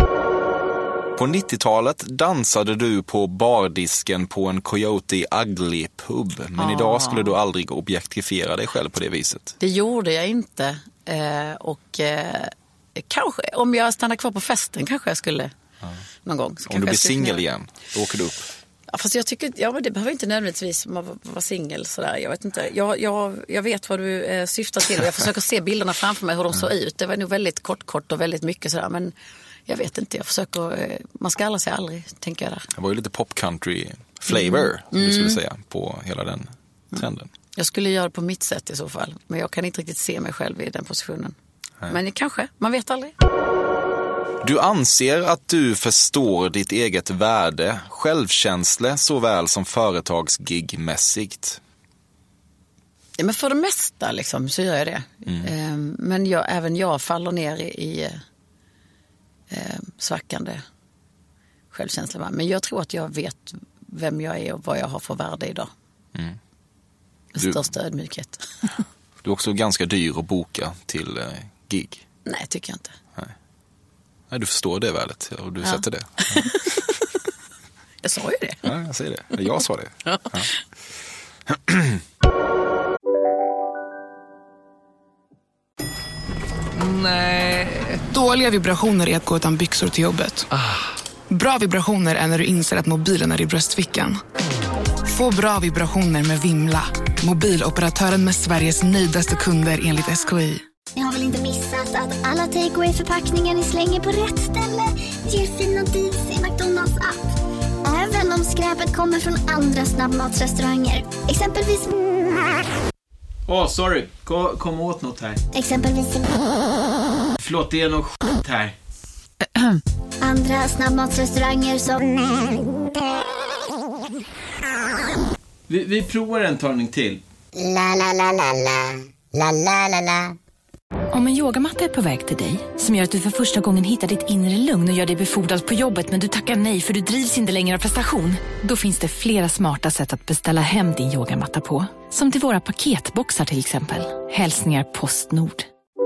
På nittiotalet dansade du på bardisken på en Coyote Ugly pub. Men ah. idag skulle du aldrig objektifiera dig själv på det viset. Det gjorde jag inte. Eh, och eh, kanske, om jag stannar kvar på festen kanske jag skulle ah. någon gång. Så om du blir singel igen, då åker du upp. Ja, fast jag tycker, ja, men det behöver inte nödvändigtvis vara singel sådär. Jag vet inte. Jag, jag, jag vet vad du eh, syftar till. Jag försöker se bilderna framför mig hur de såg ut. Det var nog väldigt kort, kort och väldigt mycket sådär. Men jag vet inte, jag försöker, man ska alla säga aldrig, tänker jag där. Det var ju lite pop country flavor, mm. du skulle säga, på hela den trenden. Mm. Jag skulle göra det på mitt sätt i så fall, men jag kan inte riktigt se mig själv i den positionen. Nej. Men kanske, man vet aldrig. Du anser att du förstår ditt eget värde, självkänsla såväl som företagsgigmässigt. Ja, men för det mesta liksom, så gör jag det. Mm. Men jag, även jag faller ner i... i Eh, svackande självkänsla. Men jag tror att jag vet vem jag är och vad jag har för värde idag. Mm. Med Du- största ödmjukhet. Du är också ganska dyr att boka till eh, gig. Nej, tycker jag inte. Nej, du förstår det välet och du Ja. sätter det. Jag sa ju det. Ja, jag säger det. Jag sa det. Ja. Ja. Nej. Dåliga vibrationer är att gå utan byxor till jobbet. Bra vibrationer är när du inser att mobilen är i bröstfickan. Få bra vibrationer med Vimla. Mobiloperatören med Sveriges nöjdaste kunder enligt S K I. Ni har väl inte missat att alla takeaway förpackningar ni slänger på rätt ställe ger fina deals i McDonalds app. Även om skräpet kommer från andra snabbmatsrestauranger. Exempelvis... Åh, oh, sorry. Kom, kom åt något här. Exempelvis... Förlåt, det är något skit här. Andra snabbmatsrestauranger som... Vi, vi provar en talning till. La la la la la. La la la la. Om en yogamatta är på väg till dig, som gör att du för första gången hittar ditt inre lugn och gör dig befordrad på jobbet, men du tackar nej för du drivs inte längre av prestation. Då finns det flera smarta sätt att beställa hem din yogamatta på. Som till våra paketboxar till exempel. Hälsningar Postnord.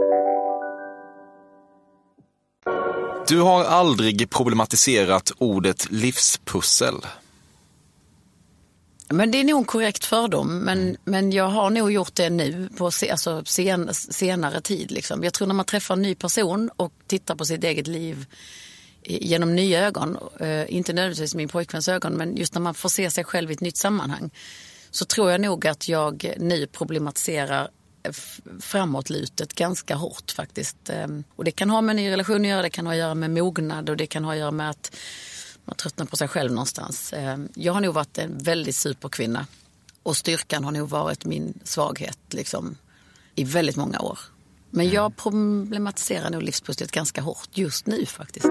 Du har aldrig problematiserat ordet livspussel. Men det är nog en korrekt fördom, men, men jag har nog gjort det nu på se, alltså sen, senare tid. Liksom. Jag tror när man träffar en ny person och tittar på sitt eget liv genom nya ögon, eh, inte nödvändigtvis min pojkväns ögon, men just när man får se sig själv i ett nytt sammanhang, så tror jag nog att jag nu problematiserar f- framåtlutet ganska hårt faktiskt. Eh, och det kan ha med en ny relation att göra, det kan ha att göra med mognad och det kan ha att göra med att man tröttnar på sig själv någonstans. Jag har nog varit en väldigt superkvinna och styrkan har nog varit min svaghet liksom, i väldigt många år. Men jag problematiserar nog livspusslet ganska hårt just nu faktiskt.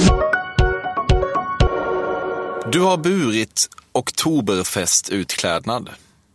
Du har burit oktoberfestutklädnad.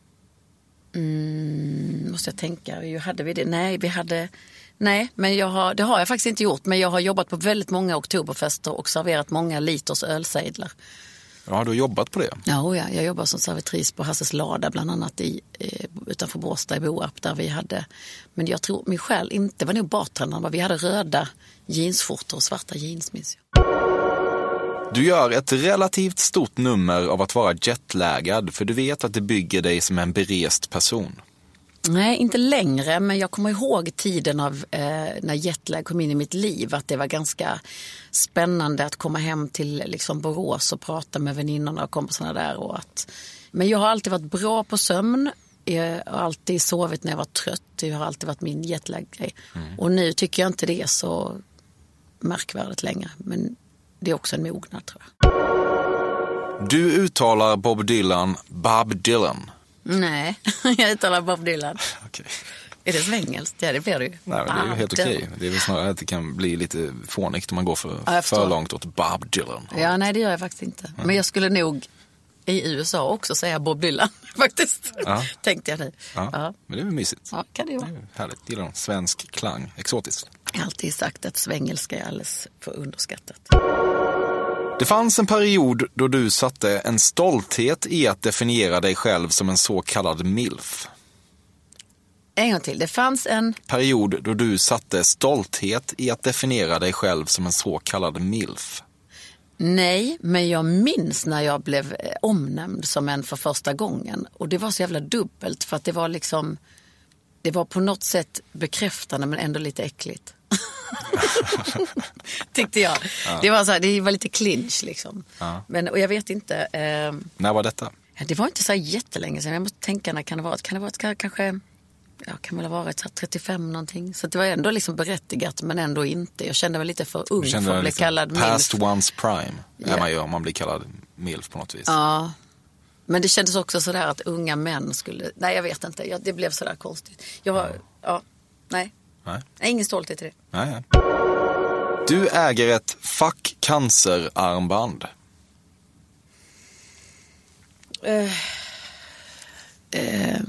Mm, måste jag tänka, hur hade vi det? Nej, vi hade... Nej, men jag har, det har jag faktiskt inte gjort. Men jag har jobbat på väldigt många oktoberfester och serverat många liters ölsejdlar. Ja, har du jobbat på det? Ja, ja, jag jobbar som servitris på Hasses Lada bland annat i, eh, utanför Båstad i Boarp där vi hade, men jag tror min själ inte var nog bartendern, vi hade röda jeansskjortor och svarta jeans minns jag. Du gör ett relativt stort nummer av att vara jetlaggad för du vet att det bygger dig som en berest person. Nej, inte längre, men jag kommer ihåg tiden av eh, när jetlag kom in i mitt liv, att det var ganska spännande att komma hem till liksom, Borås och prata med väninnorna och kompisarna där. Och att, men jag har alltid varit bra på sömn, jag har alltid sovit när jag var trött, det har alltid varit min jetlag-grej. Mm. Och nu tycker jag inte det är så märkvärdigt längre, men det är också en mognad tror jag. Du uttalar Bob Dylan Bob Dylan. Nej, jag uttalar Bob Dylan. Okay. Är det svengelskt? Ja, det blir det ju. Nej, men det är ju helt okej. Okay. Det är väl snarare att det kan bli lite fånigt om man går för, ja, för långt åt Bob Dylan. Ja, nej det gör jag faktiskt inte. Mm. Men jag skulle nog i U S A också säga Bob Dylan, faktiskt. Ja. Tänkte jag nu. Ja. Ja. Men det är väl mysigt. Ja, kan det vara. Det är härligt. Gillar de svensk klang. Exotiskt. Jag har alltid sagt att svengelska är alldeles för underskattat. Det fanns en period då du satte en stolthet i att definiera dig själv som en så kallad milf. En gång till. Det fanns en... period då du satte stolthet i att definiera dig själv som en så kallad milf. Nej, men jag minns när jag blev omnämnd som en för första gången. Och det var så jävla dubbelt för att det var liksom... Det var på något sätt bekräftande men ändå lite äckligt. Tyckte jag. Ja. Det var så här, det var lite clinch liksom. Ja. Men och jag vet inte. Eh, när var detta? Det var inte så jättelänge sedan. Jag måste tänka när kan det vara. Kan det vara kanske ja, kan väl ha varit så trettiofem någonting. Så det var ändå liksom berättigat men ändå inte. Jag kände mig lite för ung för att bli liksom kallad past milf. One's prime. Ja. Är man ju om man blir kallad milf på något vis. Ja. Men det kändes också sådär att unga män skulle... Nej, jag vet inte. Jag, det blev sådär konstigt. Jag var... Ja. ja nej. Nej. Nej. Ingen stolthet i det. Nej, nej. Du äger ett fuck cancer-armband. Uh, uh,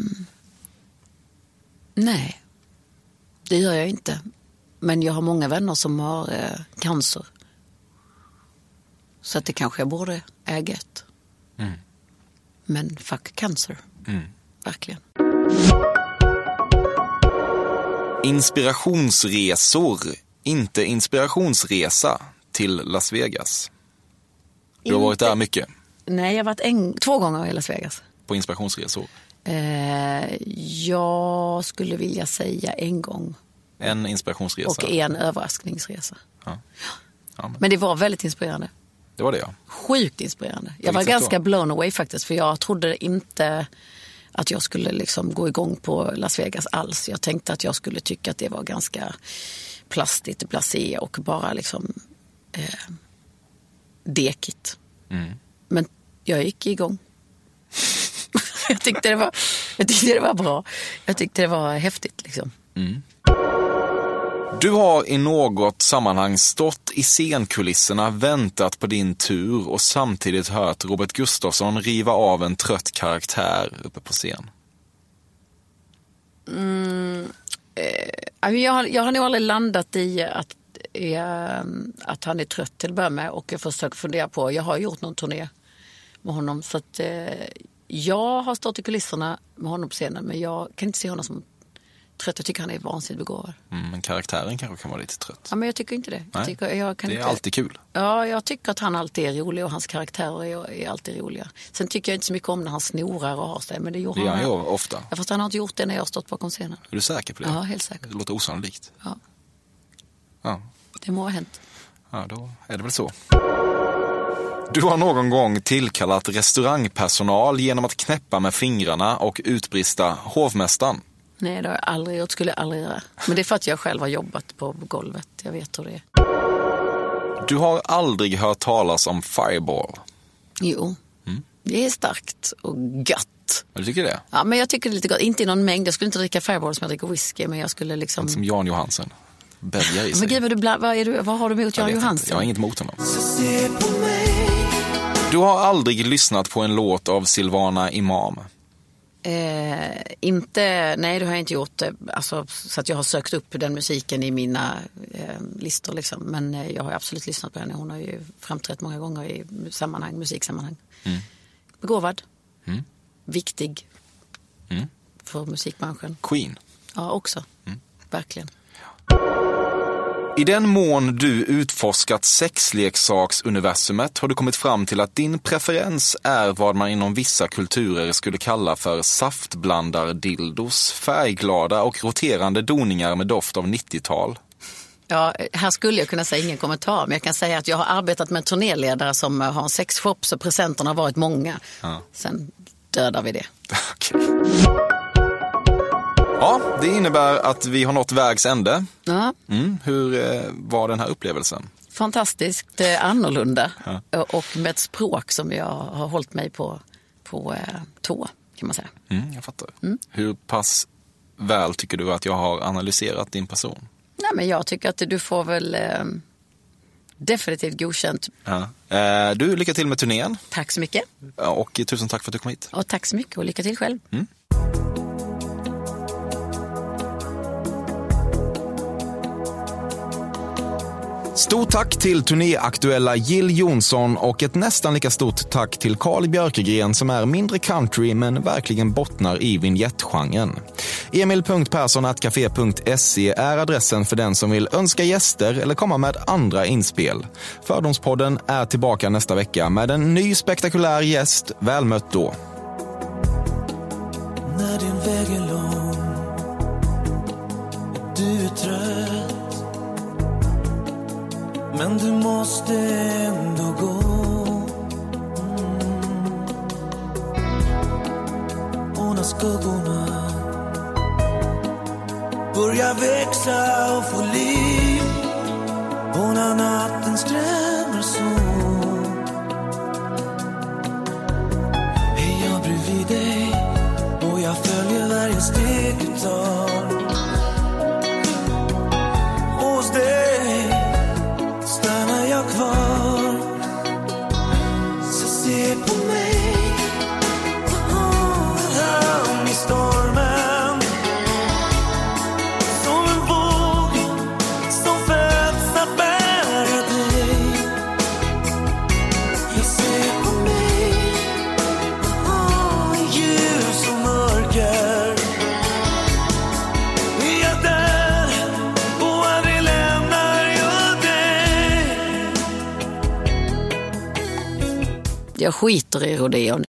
nej. Det gör jag inte. Men jag har många vänner som har uh, cancer. Så att det kanske jag borde äga ett. Mm. Men fuck cancer. Mm. Verkligen. Inspirationsresor, inte inspirationsresa till Las Vegas. Du har varit där mycket. Nej, jag har varit en, två gånger i Las Vegas. På inspirationsresor? Eh, jag skulle vilja säga en gång. En inspirationsresa? Och en överraskningsresa. Ja. Ja, men... men det var väldigt inspirerande. Det var det, ja. Sjukt inspirerande. Jag var ganska då? blown away faktiskt. För jag trodde inte att jag skulle liksom gå igång på Las Vegas alls. Jag tänkte att jag skulle tycka att det var ganska plastigt, blasé och bara liksom eh, dekigt. Mm. Men jag gick igång. jag, tyckte det var, jag tyckte det var bra. Jag tyckte det var häftigt liksom. Mm. Du har i något sammanhang stått i scenkulisserna, väntat på din tur och samtidigt hört Robert Gustafsson riva av en trött karaktär uppe på scen. Mm, eh, jag, har, jag har nog aldrig landat i att, eh, att han är trött till att börja med, och jag försöker fundera på, jag har gjort någon turné med honom, så att eh, jag har stått i kulisserna med honom på scenen, men jag kan inte se honom som trött. Jag tycker han är vansinnigt begåvad. Mm, men karaktären kanske kan vara lite trött. Ja, men jag tycker inte det. Jag tycker, jag kan det är inte... alltid kul. Ja, jag tycker att han alltid är rolig och hans karaktärer är, är alltid roliga. Sen tycker jag inte så mycket om när han snorar och har sig, men det gjorde det han. Det gör han ju ofta. Ja, fast han har inte gjort det när jag har stått bakom scenen. Är du säker på det? Ja, helt säker. Det låter osannolikt. Ja. Ja. Det må ha hänt. Ja, då är det väl så. Du har någon gång tillkallat restaurangpersonal genom att knäppa med fingrarna och utbrista hovmästaren. Nej, det har jag aldrig gjort, skulle jag aldrig göra. Men det är för att jag själv har jobbat på golvet. Jag vet hur det är. Du har aldrig hört talas om Fireball? Jo, mm. Det är starkt och gött. Du tycker det? Ja, men jag tycker det är lite gott. Inte i någon mängd. Jag skulle inte dricka Fireball som jag dricker whisky, men jag skulle liksom... Som Jan Johansen. Bälgar i sig. Men gud, vad, du bla... vad, är du... vad har du emot Jan Johansen? Jag har inget emot honom. Du har aldrig lyssnat på en låt av Silvana Imam? Eh, inte, nej, det har jag inte gjort, alltså, så att jag har sökt upp den musiken i mina eh, listor liksom. Men eh, jag har absolut lyssnat på henne. Hon har ju framträtt många gånger i sammanhang, musiksammanhang. Mm. Begåvad, mm. viktig mm. för musikbranschen. Queen. Ja, också, mm. verkligen. I den mån du utforskat sexleksaksuniversumet har du kommit fram till att din preferens är vad man inom vissa kulturer skulle kalla för saftblandardildos, färgglada och roterande doningar med doft av nittiotal. Ja, här skulle jag kunna säga ingen kommentar, men jag kan säga att jag har arbetat med en turnéledare som har en sexshop, så presenterna har varit många. Ja. Sen dödar vi det. Okej. Ja, det innebär att vi har nått vägs ände. Ja. Mm, hur eh, var den här upplevelsen? Fantastiskt eh, annorlunda. Ja. Och med ett språk som jag har hållit mig på, på eh, tå, kan man säga. Mm, jag fattar. Mm. Hur pass väl tycker du att jag har analyserat din person? Nej, men jag tycker att du får väl eh, definitivt godkänt. Ja. Eh, du, lycka till med turnén. Tack så mycket. Och tusen tack för att du kom hit. Och tack så mycket och lycka till själv. Mm. Stort tack till turnéaktuella Jill Johnson och ett nästan lika stort tack till Carl Björkegren som är mindre country men verkligen bottnar i vignettgenren. emil punkt persson at café punkt se är adressen för den som vill önska gäster eller komma med andra inspel. Fördomspodden är tillbaka nästa vecka med en ny spektakulär gäst. Väl mött då. När din väg är lång, du är trött, men du måste ändå gå. Mm. Och när skuggorna börjar växa och få liv, och när natten skrämmer så, är jag bredvid dig och jag följer varje steg du tar. Hos dig stannar jag kvar. Så se på mig, fram i stormen, som en våg som föds att bära jag skiter i rodeon.